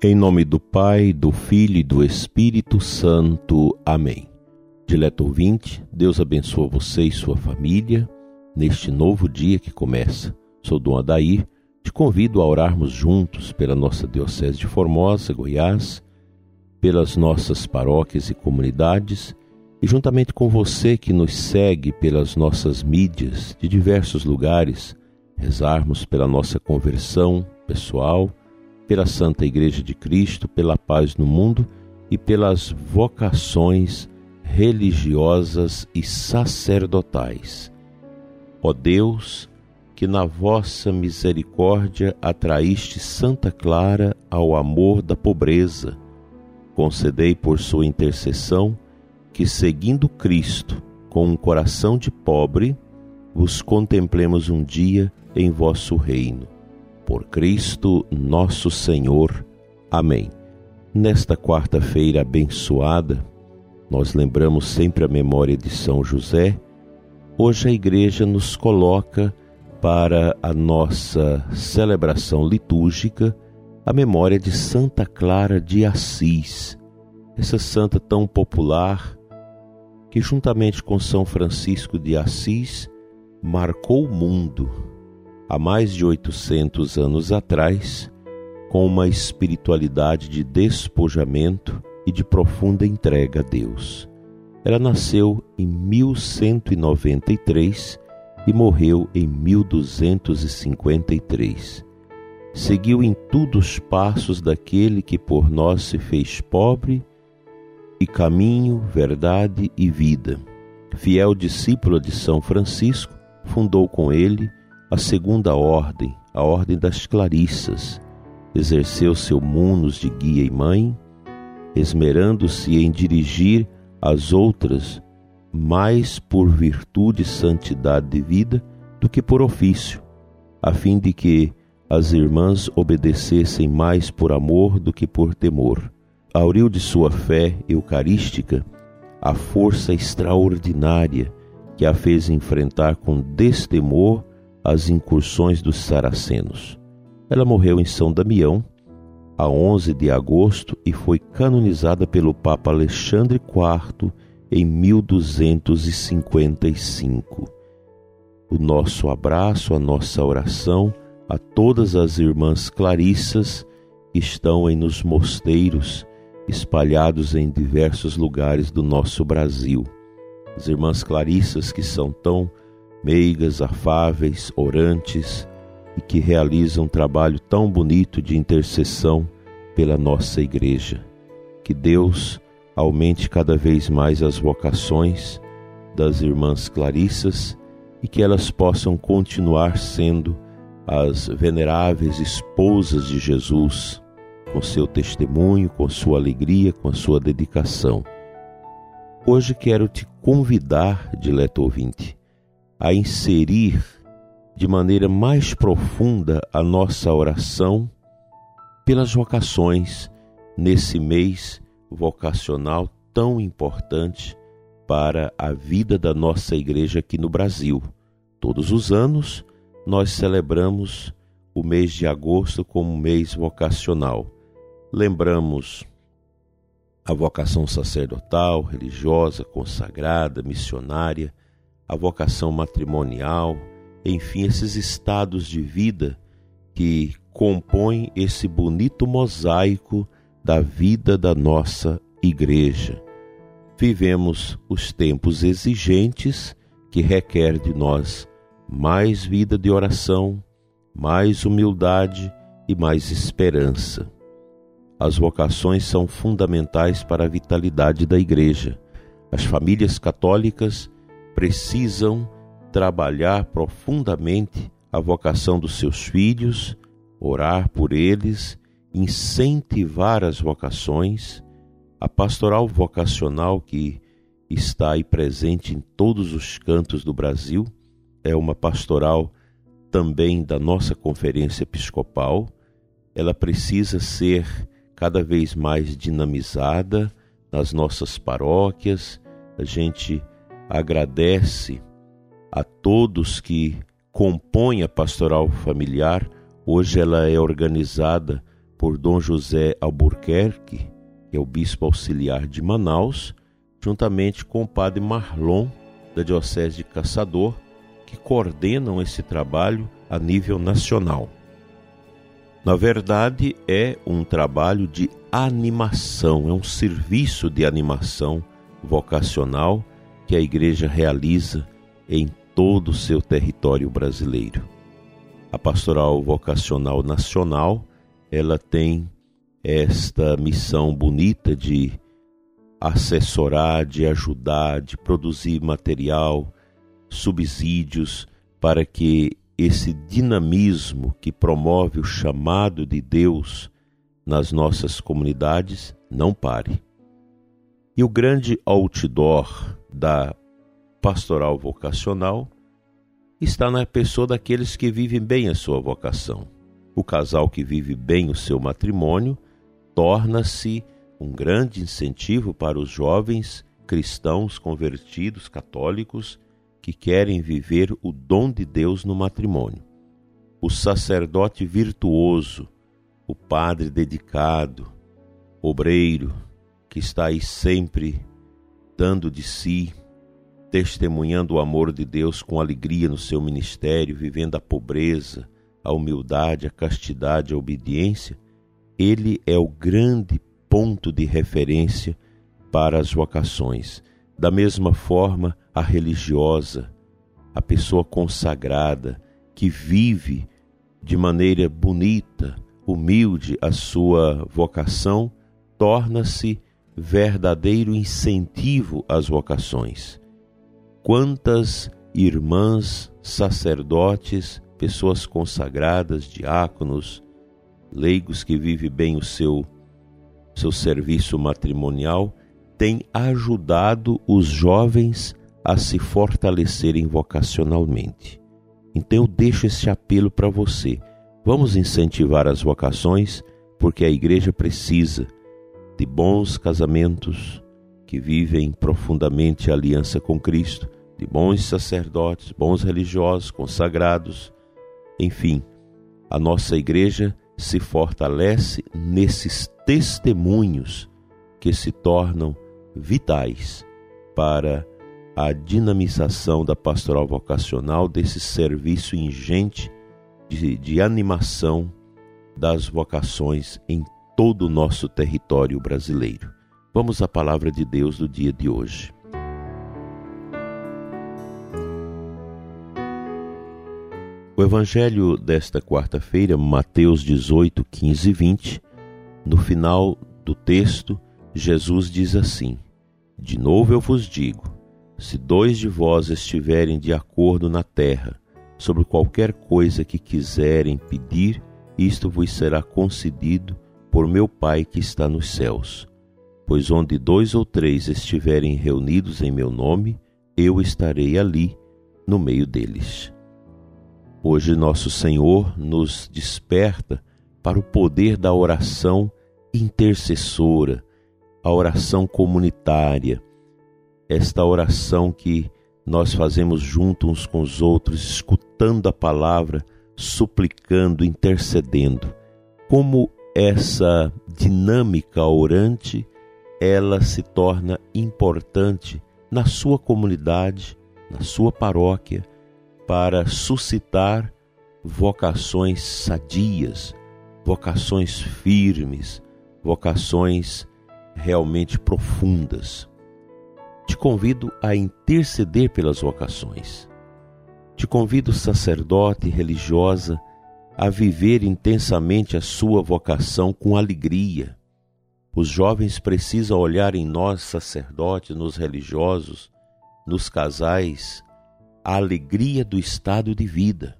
Em nome do Pai, do Filho e do Espírito Santo. Amém. Dileto ouvinte, Deus abençoe você e sua família neste novo dia que começa. Sou Dom Adair, te convido a orarmos juntos pela nossa Diocese de Formosa, Goiás, pelas nossas paróquias e comunidades e juntamente com você que nos segue pelas nossas mídias de diversos lugares, rezarmos pela nossa conversão pessoal, pela Santa Igreja de Cristo, pela paz no mundo e pelas vocações religiosas e sacerdotais. Ó Deus, que na vossa misericórdia atraíste Santa Clara ao amor da pobreza, concedei por sua intercessão que, seguindo Cristo com um coração de pobre, vos contemplemos um dia em vosso reino. Por Cristo nosso Senhor. Amém. Nesta quarta-feira abençoada, nós lembramos sempre a memória de São José. Hoje a Igreja nos coloca para a nossa celebração litúrgica a memória de Santa Clara de Assis, essa santa tão popular que, juntamente com São Francisco de Assis, marcou o mundo há mais de 800 anos atrás, com uma espiritualidade de despojamento e de profunda entrega a Deus. Ela nasceu em 1193 e morreu em 1253. Seguiu em tudo os passos daquele que por nós se fez pobre e caminho, verdade e vida. Fiel discípula de São Francisco, fundou com ele a segunda ordem, a Ordem das Clarissas. Exerceu seu munus de guia e mãe, esmerando-se em dirigir as outras mais por virtude e santidade de vida do que por ofício, a fim de que as irmãs obedecessem mais por amor do que por temor. Auriu de sua fé eucarística a força extraordinária que a fez enfrentar com destemor as incursões dos saracenos. Ela morreu em São Damião, a 11 de agosto, e foi canonizada pelo Papa Alexandre IV em 1255. O nosso abraço, a nossa oração a todas as irmãs clarissas que estão nos mosteiros espalhados em diversos lugares do nosso Brasil. As irmãs clarissas que são tão meigas, afáveis, orantes e que realizam um trabalho tão bonito de intercessão pela nossa Igreja. Que Deus aumente cada vez mais as vocações das irmãs clarissas e que elas possam continuar sendo as veneráveis esposas de Jesus, com seu testemunho, com sua alegria, com a sua dedicação. Hoje quero te convidar, dileto ouvinte, a inserir de maneira mais profunda a nossa oração pelas vocações nesse mês vocacional tão importante para a vida da nossa Igreja aqui no Brasil. Todos os anos nós celebramos o mês de agosto como um mês vocacional. Lembramos a vocação sacerdotal, religiosa, consagrada, missionária, a vocação matrimonial, enfim, esses estados de vida que compõem esse bonito mosaico da vida da nossa Igreja. Vivemos os tempos exigentes que requer de nós mais vida de oração, mais humildade e mais esperança. As vocações são fundamentais para a vitalidade da Igreja. As famílias católicas precisam trabalhar profundamente a vocação dos seus filhos, orar por eles, incentivar as vocações. A pastoral vocacional que está aí presente em todos os cantos do Brasil é uma pastoral também da nossa Conferência Episcopal. Ela precisa ser cada vez mais dinamizada nas nossas paróquias. A gente agradece a todos que compõem a pastoral familiar. Hoje ela é organizada por Dom José Albuquerque, que é o bispo auxiliar de Manaus, juntamente com o padre Marlon, da Diocese de Caçador, que coordenam esse trabalho a nível nacional. Na verdade, é um trabalho de animação, é um serviço de animação vocacional que a Igreja realiza em todo o seu território brasileiro. A Pastoral Vocacional Nacional, ela tem esta missão bonita de assessorar, de ajudar, de produzir material, subsídios para que esse dinamismo que promove o chamado de Deus nas nossas comunidades não pare. E o grande outdoor da pastoral vocacional está na pessoa daqueles que vivem bem a sua vocação. O casal que vive bem o seu matrimônio torna-se um grande incentivo para os jovens cristãos convertidos, católicos, que querem viver o dom de Deus no matrimônio. O sacerdote virtuoso, o padre dedicado, obreiro, que está aí sempre dando de si, testemunhando o amor de Deus com alegria no seu ministério, vivendo a pobreza, a humildade, a castidade, a obediência, ele é o grande ponto de referência para as vocações. Da mesma forma, a religiosa, a pessoa consagrada, que vive de maneira bonita, humilde a sua vocação, torna-se verdadeiro incentivo às vocações. Quantas irmãs, sacerdotes, pessoas consagradas, diáconos, leigos que vivem bem o seu serviço matrimonial, têm ajudado os jovens a se fortalecerem vocacionalmente. Então eu deixo esse apelo para você. Vamos incentivar as vocações, porque a igreja precisa de bons casamentos que vivem profundamente a aliança com Cristo, de bons sacerdotes, bons religiosos, consagrados. Enfim, a nossa igreja se fortalece nesses testemunhos que se tornam vitais para a dinamização da pastoral vocacional, desse serviço ingente de animação das vocações em todo o nosso território brasileiro. Vamos à palavra de Deus do dia de hoje. O evangelho desta quarta-feira, Mateus 18, 15 e 20, no final do texto, Jesus diz assim: De novo eu vos digo, se 2 de vós estiverem de acordo na terra, sobre qualquer coisa que quiserem pedir, isto vos será concedido por meu Pai que está nos céus. Pois onde 2 ou 3 estiverem reunidos em meu nome, eu estarei ali no meio deles. Hoje nosso Senhor nos desperta para o poder da oração intercessora, a oração comunitária, esta oração que nós fazemos juntos uns com os outros, escutando a palavra, suplicando, intercedendo. Como essa dinâmica orante, ela se torna importante na sua comunidade, na sua paróquia, para suscitar vocações sadias, vocações firmes, vocações realmente profundas. Te convido a interceder pelas vocações. Te convido, sacerdote e religiosa, a viver intensamente a sua vocação com alegria. Os jovens precisam olhar em nós, sacerdotes, nos religiosos, nos casais, a alegria do estado de vida.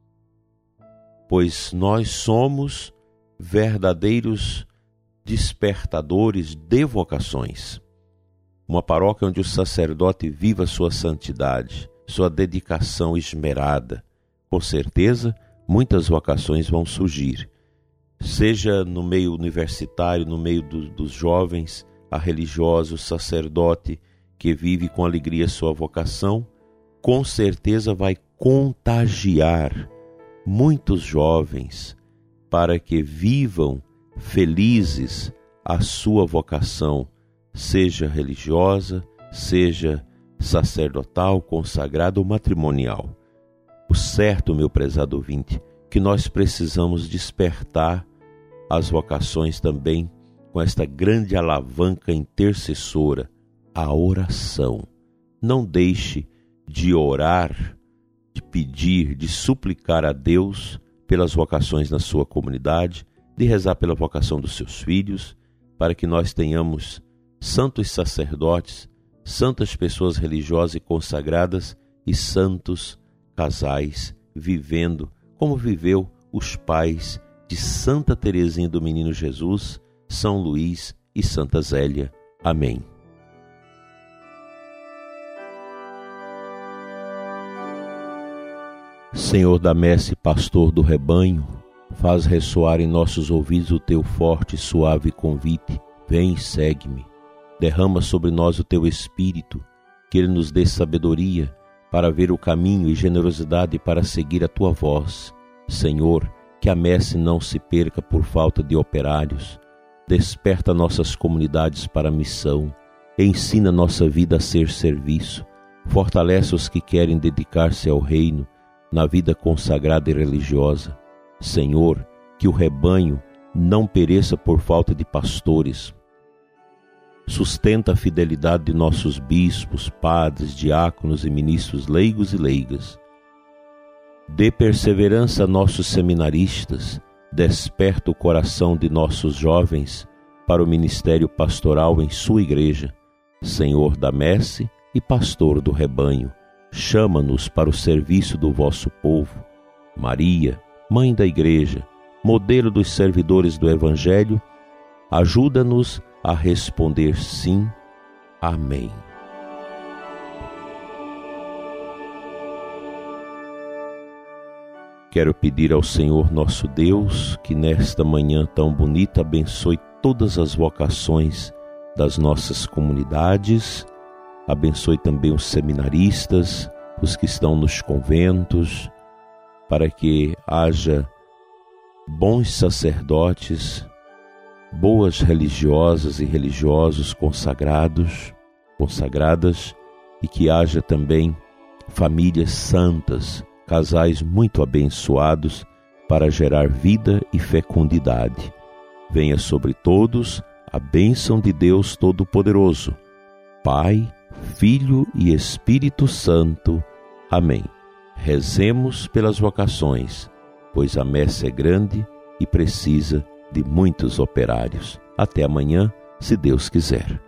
Pois nós somos verdadeiros despertadores de vocações. Uma paróquia onde o sacerdote viva sua santidade, sua dedicação esmerada. Com certeza, muitas vocações vão surgir. Seja no meio universitário, no meio dos jovens, a religiosa, o sacerdote que vive com alegria sua vocação, com certeza vai contagiar muitos jovens para que vivam felizes a sua vocação, seja religiosa, seja sacerdotal, consagrada ou matrimonial. O certo, meu prezado ouvinte, que nós precisamos despertar as vocações também com esta grande alavanca intercessora, a oração. Não deixe de orar, de pedir, de suplicar a Deus pelas vocações na sua comunidade, de rezar pela vocação dos seus filhos, para que nós tenhamos santos sacerdotes, santas pessoas religiosas e consagradas e santos casais vivendo como viveu os pais de Santa Teresinha do Menino Jesus, São Luís e Santa Zélia. Amém. Senhor da messe, pastor do rebanho, faz ressoar em nossos ouvidos o teu forte e suave convite. Vem e segue-me. Derrama sobre nós o teu Espírito, que ele nos dê sabedoria para ver o caminho e generosidade para seguir a tua voz. Senhor, que a messe não se perca por falta de operários. Desperta nossas comunidades para a missão. Ensina nossa vida a ser serviço. Fortalece os que querem dedicar-se ao reino na vida consagrada e religiosa. Senhor, que o rebanho não pereça por falta de pastores. Sustenta a fidelidade de nossos bispos, padres, diáconos e ministros leigos e leigas. Dê perseverança a nossos seminaristas. Desperta o coração de nossos jovens para o ministério pastoral em sua igreja. Senhor da messe e pastor do rebanho, chama-nos para o serviço do vosso povo. Maria, Mãe da Igreja, modelo dos servidores do Evangelho, ajuda-nos a responder sim. Amém. Quero pedir ao Senhor nosso Deus que nesta manhã tão bonita abençoe todas as vocações das nossas comunidades, abençoe também os seminaristas, os que estão nos conventos, para que haja bons sacerdotes, boas religiosas e religiosos consagradas, e que haja também famílias santas, casais muito abençoados para gerar vida e fecundidade. Venha sobre todos a bênção de Deus Todo-Poderoso, Pai, Filho e Espírito Santo. Amém. Rezemos pelas vocações, pois a messe é grande e precisa de muitos operários. Até amanhã, se Deus quiser.